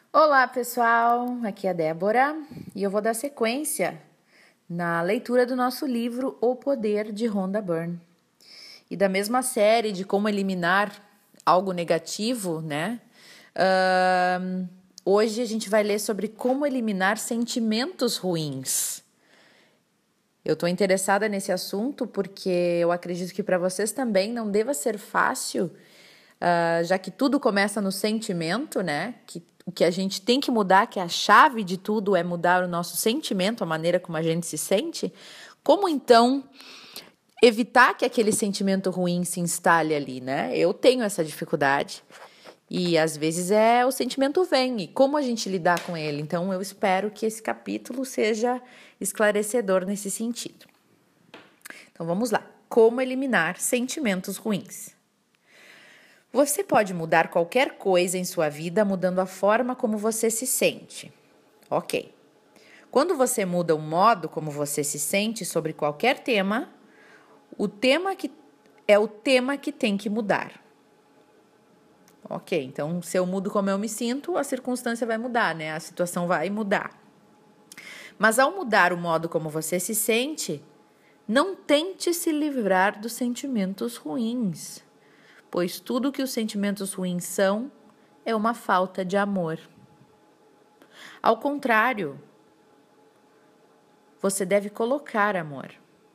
Olá, pessoal! Aqui é a Débora e eu vou dar sequência na leitura do nosso livro O Poder de Rhonda Byrne. E da mesma série de como eliminar algo negativo, né? Hoje a gente vai ler sobre como eliminar sentimentos ruins. Eu estou interessada nesse assunto porque eu acredito que para vocês também não deva ser fácil, já que tudo começa no sentimento, né? O que a gente tem que mudar, que a chave de tudo é mudar o nosso sentimento, a maneira como a gente se sente. Como então evitar que aquele sentimento ruim se instale ali, né? Eu tenho essa dificuldade e às vezes o sentimento vem e como a gente lidar com ele. Então eu espero que esse capítulo seja esclarecedor nesse sentido. Então vamos lá. Como eliminar sentimentos ruins? Você pode mudar qualquer coisa em sua vida mudando a forma como você se sente. Ok. Quando você muda o modo como você se sente sobre qualquer tema, o tema que tem que mudar. Ok, então se eu mudo como eu me sinto, a circunstância vai mudar, né? A situação vai mudar. Mas ao mudar o modo como você se sente, não tente se livrar dos sentimentos ruins, pois tudo que os sentimentos ruins são é uma falta de amor. Ao contrário, você deve colocar amor.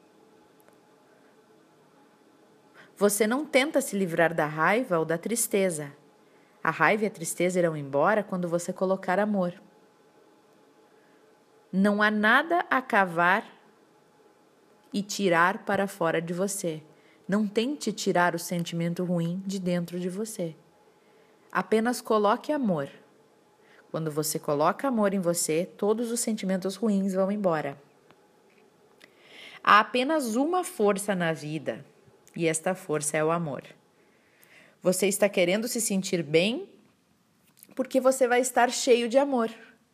Você não tenta se livrar da raiva ou da tristeza. A raiva e a tristeza irão embora quando você colocar amor. Não há nada a cavar e tirar para fora de você. Não tente tirar o sentimento ruim de dentro de você. Apenas coloque amor. Quando você coloca amor em você, todos os sentimentos ruins vão embora. Há apenas uma força na vida, e esta força é o amor. Você está querendo se sentir bem porque você vai estar cheio de amor.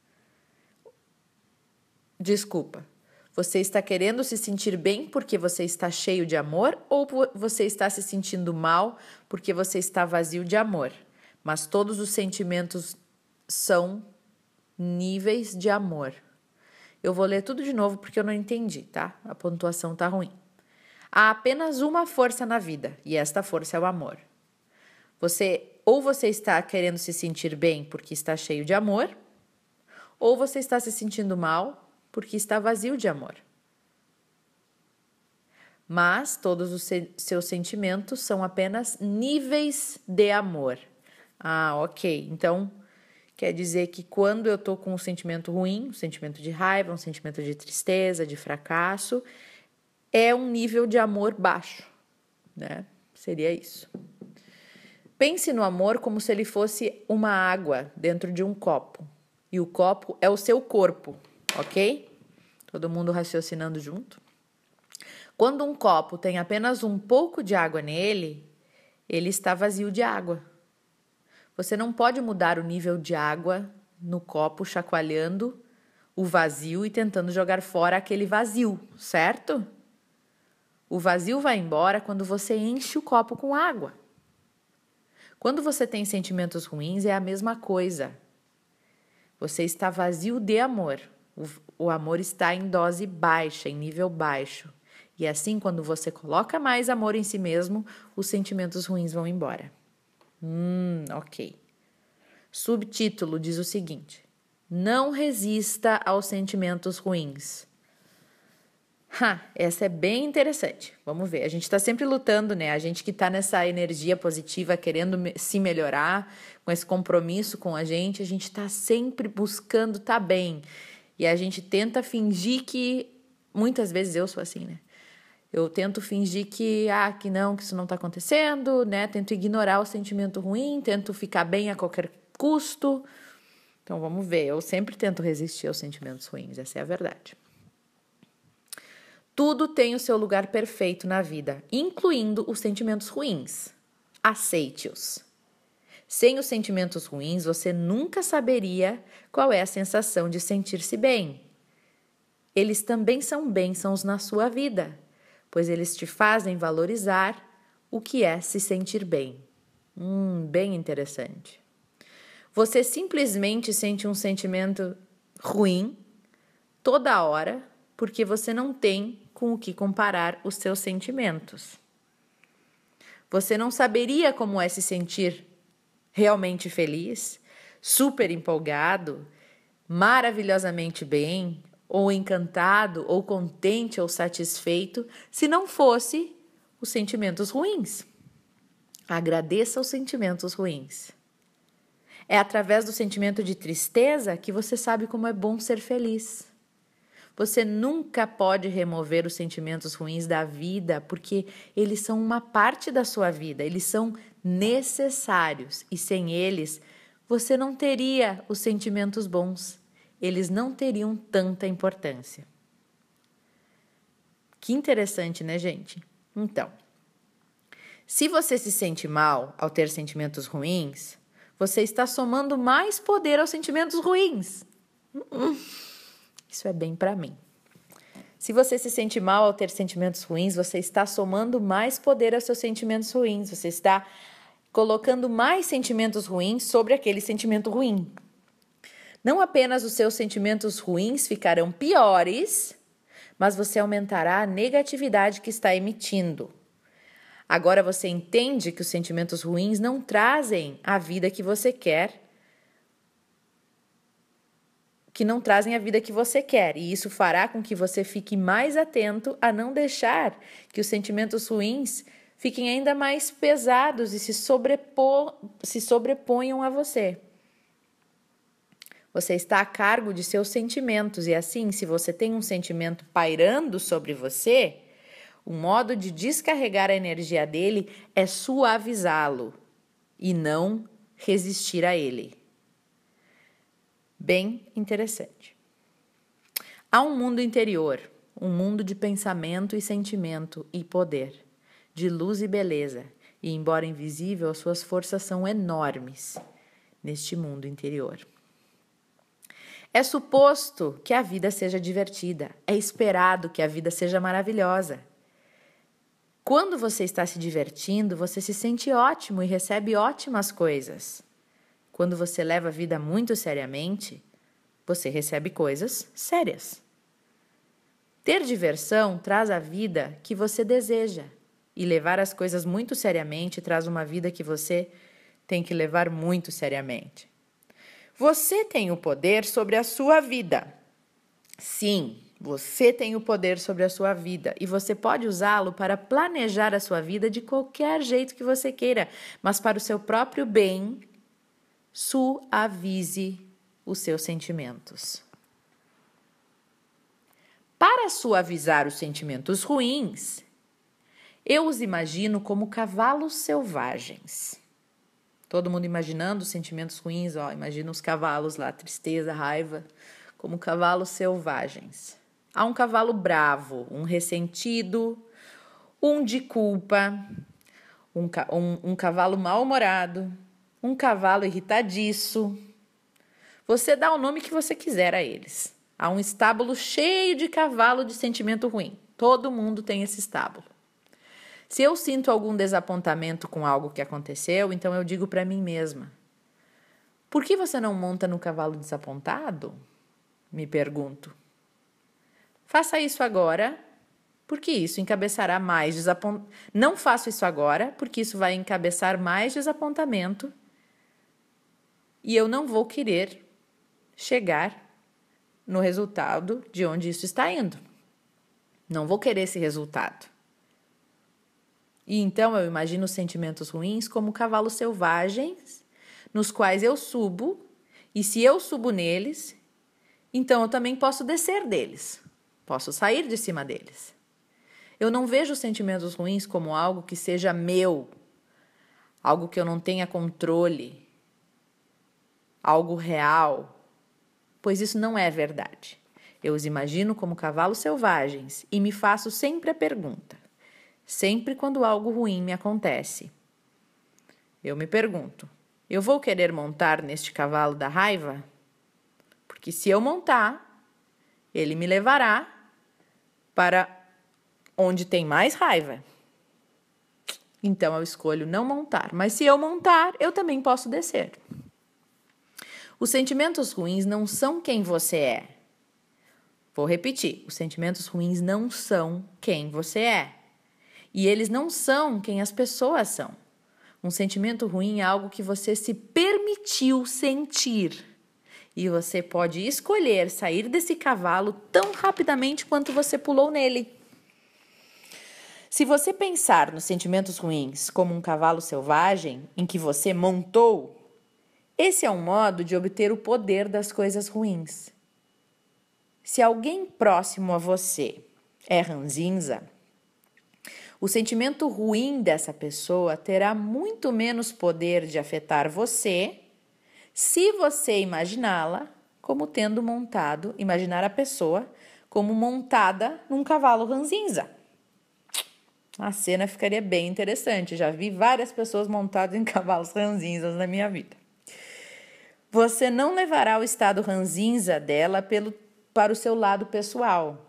Desculpa. Você está querendo se sentir bem porque você está cheio de amor ou você está se sentindo mal porque você está vazio de amor? Mas todos os sentimentos são níveis de amor. Eu vou ler tudo de novo porque eu não entendi, tá? A pontuação tá ruim. Há apenas uma força na vida e esta força é o amor. Você está querendo se sentir bem porque está cheio de amor, ou você está se sentindo mal porque está vazio de amor. Mas todos os seus sentimentos são apenas níveis de amor. Ah, ok. Então, quer dizer que quando eu estou com um sentimento ruim, um sentimento de raiva, um sentimento de tristeza, de fracasso, é um nível de amor baixo, né? Seria isso. Pense no amor como se ele fosse uma água dentro de um copo. E o copo é o seu corpo, ok? Todo mundo raciocinando junto? Quando um copo tem apenas um pouco de água nele, ele está vazio de água. Você não pode mudar o nível de água no copo chacoalhando o vazio e tentando jogar fora aquele vazio, certo? O vazio vai embora quando você enche o copo com água. Quando você tem sentimentos ruins, é a mesma coisa. Você está vazio de amor. O amor está em dose baixa, em nível baixo. E assim, quando você coloca mais amor em si mesmo, os sentimentos ruins vão embora. Ok. Subtítulo diz o seguinte: não resista aos sentimentos ruins. Essa é bem interessante. Vamos ver. A gente está sempre lutando, né? A gente que está nessa energia positiva, querendo se melhorar, com esse compromisso com a gente está sempre buscando estar bem. E a gente tenta fingir que... Muitas vezes eu sou assim, né? Eu tento fingir que isso não está acontecendo, né? Tento ignorar o sentimento ruim, tento ficar bem a qualquer custo. Então, vamos ver. Eu sempre tento resistir aos sentimentos ruins, essa é a verdade. Tudo tem o seu lugar perfeito na vida, incluindo os sentimentos ruins. Aceite-os. Sem os sentimentos ruins, você nunca saberia qual é a sensação de sentir-se bem. Eles também são bênçãos na sua vida, pois eles te fazem valorizar o que é se sentir bem. Bem interessante. Você simplesmente sente um sentimento ruim toda hora porque você não tem com o que comparar os seus sentimentos. Você não saberia como é se sentir realmente feliz, super empolgado, maravilhosamente bem, ou encantado, ou contente, ou satisfeito, se não fosse os sentimentos ruins. Agradeça os sentimentos ruins. É através do sentimento de tristeza que você sabe como é bom ser feliz. Você nunca pode remover os sentimentos ruins da vida, porque eles são uma parte da sua vida, eles são necessários e sem eles você não teria os sentimentos bons, eles não teriam tanta importância. Que interessante, né, gente? Então, se você se sente mal ao ter sentimentos ruins, você está somando mais poder aos sentimentos ruins. Isso é bem para mim. Se você se sente mal ao ter sentimentos ruins, você está somando mais poder aos seus sentimentos ruins. Você está colocando mais sentimentos ruins sobre aquele sentimento ruim. Não apenas os seus sentimentos ruins ficarão piores, mas você aumentará a negatividade que está emitindo. Agora você entende que os sentimentos ruins não trazem a vida que você quer, e isso fará com que você fique mais atento a não deixar que os sentimentos ruins fiquem ainda mais pesados e se sobreponham a você. Você está a cargo de seus sentimentos e assim, se você tem um sentimento pairando sobre você, o modo de descarregar a energia dele é suavizá-lo e não resistir a ele. Bem interessante. Há um mundo interior, um mundo de pensamento e sentimento e poder, de luz e beleza, e embora invisível, as suas forças são enormes neste mundo interior. É suposto que a vida seja divertida, é esperado que a vida seja maravilhosa. Quando você está se divertindo, você se sente ótimo e recebe ótimas coisas. Quando você leva a vida muito seriamente, você recebe coisas sérias. Ter diversão traz a vida que você deseja, e levar as coisas muito seriamente traz uma vida que você tem que levar muito seriamente. Você tem o poder sobre a sua vida. Sim, você tem o poder sobre a sua vida e você pode usá-lo para planejar a sua vida de qualquer jeito que você queira, mas para o seu próprio bem, suavize os seus sentimentos. Para suavizar os sentimentos ruins, eu os imagino como cavalos selvagens. Todo mundo imaginando os sentimentos ruins, imagina os cavalos lá, tristeza, raiva, como cavalos selvagens. Há um cavalo bravo, um ressentido, um de culpa, um cavalo mal-humorado, um cavalo irritadiço. Você dá o nome que você quiser a eles. Há um estábulo cheio de cavalo de sentimento ruim. Todo mundo tem esse estábulo. Se eu sinto algum desapontamento com algo que aconteceu, então eu digo para mim mesma: por que você não monta no cavalo desapontado? Me pergunto. Faça isso agora, porque isso encabeçará mais desapontamento. Não faço isso agora, porque isso vai encabeçar mais desapontamento e eu não vou querer chegar no resultado de onde isso está indo. Não vou querer esse resultado. E então eu imagino os sentimentos ruins como cavalos selvagens, nos quais eu subo, e se eu subo neles, então eu também posso descer deles, posso sair de cima deles. Eu não vejo os sentimentos ruins como algo que seja meu, algo que eu não tenha controle, algo real, pois isso não é verdade. Eu os imagino como cavalos selvagens e me faço sempre a pergunta, sempre quando algo ruim me acontece. Eu me pergunto, eu vou querer montar neste cavalo da raiva? Porque se eu montar, ele me levará para onde tem mais raiva. Então eu escolho não montar, mas se eu montar, eu também posso descer. Os sentimentos ruins não são quem você é. Vou repetir, os sentimentos ruins não são quem você é. E eles não são quem as pessoas são. Um sentimento ruim é algo que você se permitiu sentir. E você pode escolher sair desse cavalo tão rapidamente quanto você pulou nele. Se você pensar nos sentimentos ruins como um cavalo selvagem em que você montou, esse é um modo de obter o poder das coisas ruins. Se alguém próximo a você é ranzinza, o sentimento ruim dessa pessoa terá muito menos poder de afetar você se você imaginar a pessoa como montada num cavalo ranzinza. A cena ficaria bem interessante. Já vi várias pessoas montadas em cavalos ranzinzas na minha vida. Você não levará o estado ranzinza dela para o seu lado pessoal.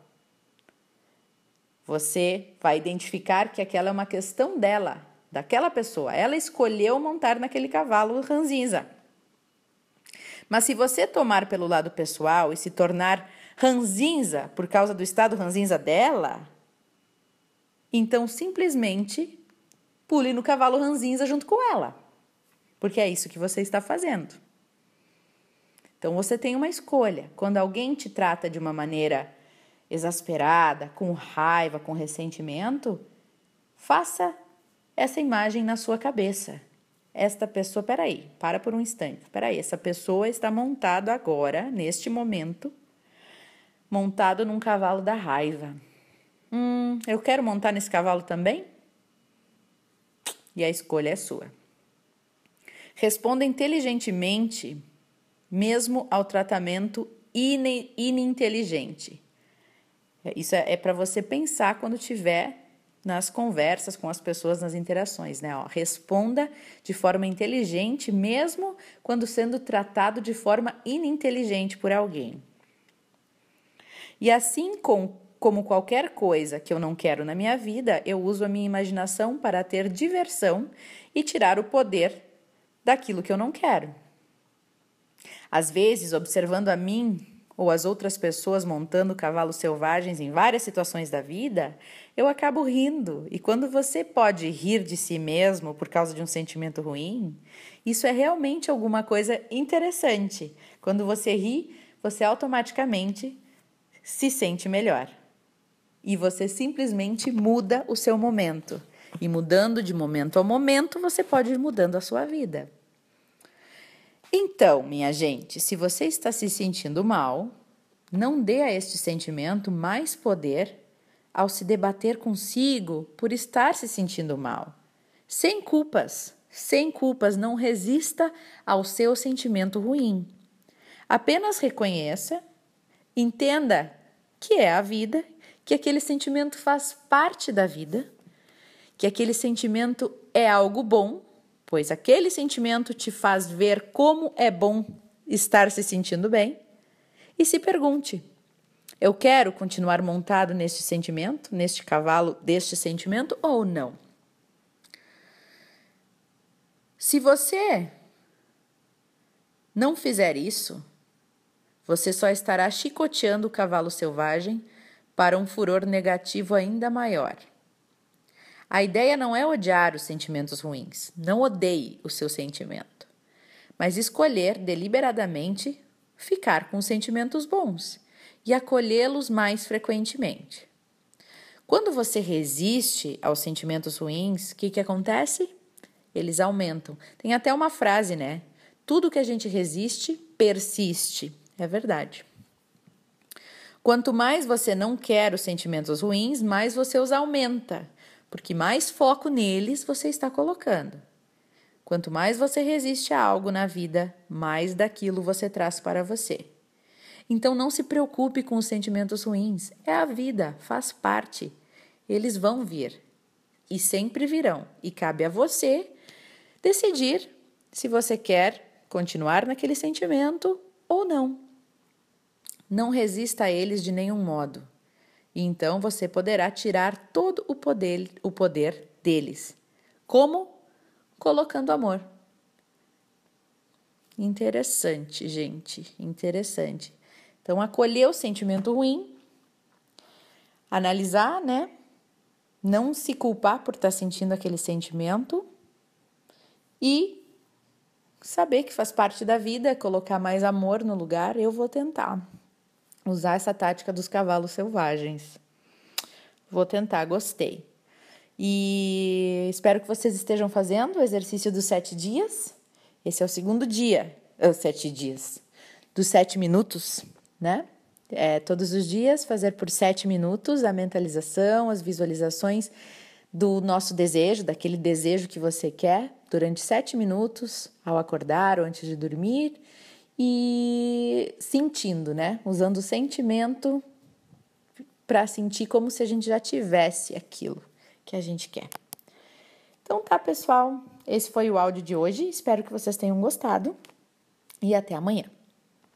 Você vai identificar que aquela é uma questão dela, daquela pessoa. Ela escolheu montar naquele cavalo ranzinza. Mas se você tomar pelo lado pessoal e se tornar ranzinza por causa do estado ranzinza dela, então simplesmente pule no cavalo ranzinza junto com ela. Porque é isso que você está fazendo. Então você tem uma escolha. Quando alguém te trata de uma maneira exasperada, com raiva, com ressentimento, faça essa imagem na sua cabeça. Esta pessoa, para por um instante. Essa pessoa está montada agora, neste momento, montado num cavalo da raiva. Eu quero montar nesse cavalo também? E a escolha é sua. Responda inteligentemente, mesmo ao tratamento ininteligente. Isso é para você pensar quando tiver nas conversas com as pessoas, nas interações, né? Responda de forma inteligente, mesmo quando sendo tratado de forma ininteligente por alguém. E assim como qualquer coisa que eu não quero na minha vida, eu uso a minha imaginação para ter diversão e tirar o poder daquilo que eu não quero. Às vezes, observando a mim ou as outras pessoas montando cavalos selvagens em várias situações da vida, eu acabo rindo. E quando você pode rir de si mesmo por causa de um sentimento ruim, isso é realmente alguma coisa interessante. Quando você ri, você automaticamente se sente melhor. E você simplesmente muda o seu momento. E mudando de momento a momento, você pode ir mudando a sua vida. Então, minha gente, se você está se sentindo mal, não dê a este sentimento mais poder ao se debater consigo por estar se sentindo mal. Sem culpas, não resista ao seu sentimento ruim. Apenas reconheça, entenda que é a vida, que aquele sentimento faz parte da vida, que aquele sentimento é algo bom, pois aquele sentimento te faz ver como é bom estar se sentindo bem, e se pergunte: eu quero continuar montado neste sentimento, neste cavalo deste sentimento ou não? Se você não fizer isso, você só estará chicoteando o cavalo selvagem para um furor negativo ainda maior. A ideia não é odiar os sentimentos ruins, não odeie o seu sentimento, mas escolher deliberadamente ficar com os sentimentos bons e acolhê-los mais frequentemente. Quando você resiste aos sentimentos ruins, o que acontece? Eles aumentam. Tem até uma frase, né? Tudo que a gente resiste, persiste. É verdade. Quanto mais você não quer os sentimentos ruins, mais você os aumenta, porque mais foco neles você está colocando. Quanto mais você resiste a algo na vida, mais daquilo você traz para você. Então não se preocupe com os sentimentos ruins. É a vida, faz parte. Eles vão vir e sempre virão. E cabe a você decidir se você quer continuar naquele sentimento ou não. Não resista a eles de nenhum modo. E então você poderá tirar todo o poder deles. Como? Colocando amor. Interessante, gente, interessante. Então, acolher o sentimento ruim, analisar, né? Não se culpar por estar sentindo aquele sentimento e saber que faz parte da vida, colocar mais amor no lugar. Eu vou tentar usar essa tática dos cavalos selvagens. Vou tentar, gostei. E espero que vocês estejam fazendo o exercício dos 7 dias. Esse é o segundo dia, 7 dias, dos 7 minutos, né? Todos os dias fazer por 7 minutos a mentalização, as visualizações do nosso desejo, daquele desejo que você quer, durante 7 minutos, ao acordar ou antes de dormir, e sentindo, né? Usando o sentimento para sentir como se a gente já tivesse aquilo que a gente quer. Então tá, pessoal, esse foi o áudio de hoje, espero que vocês tenham gostado e até amanhã.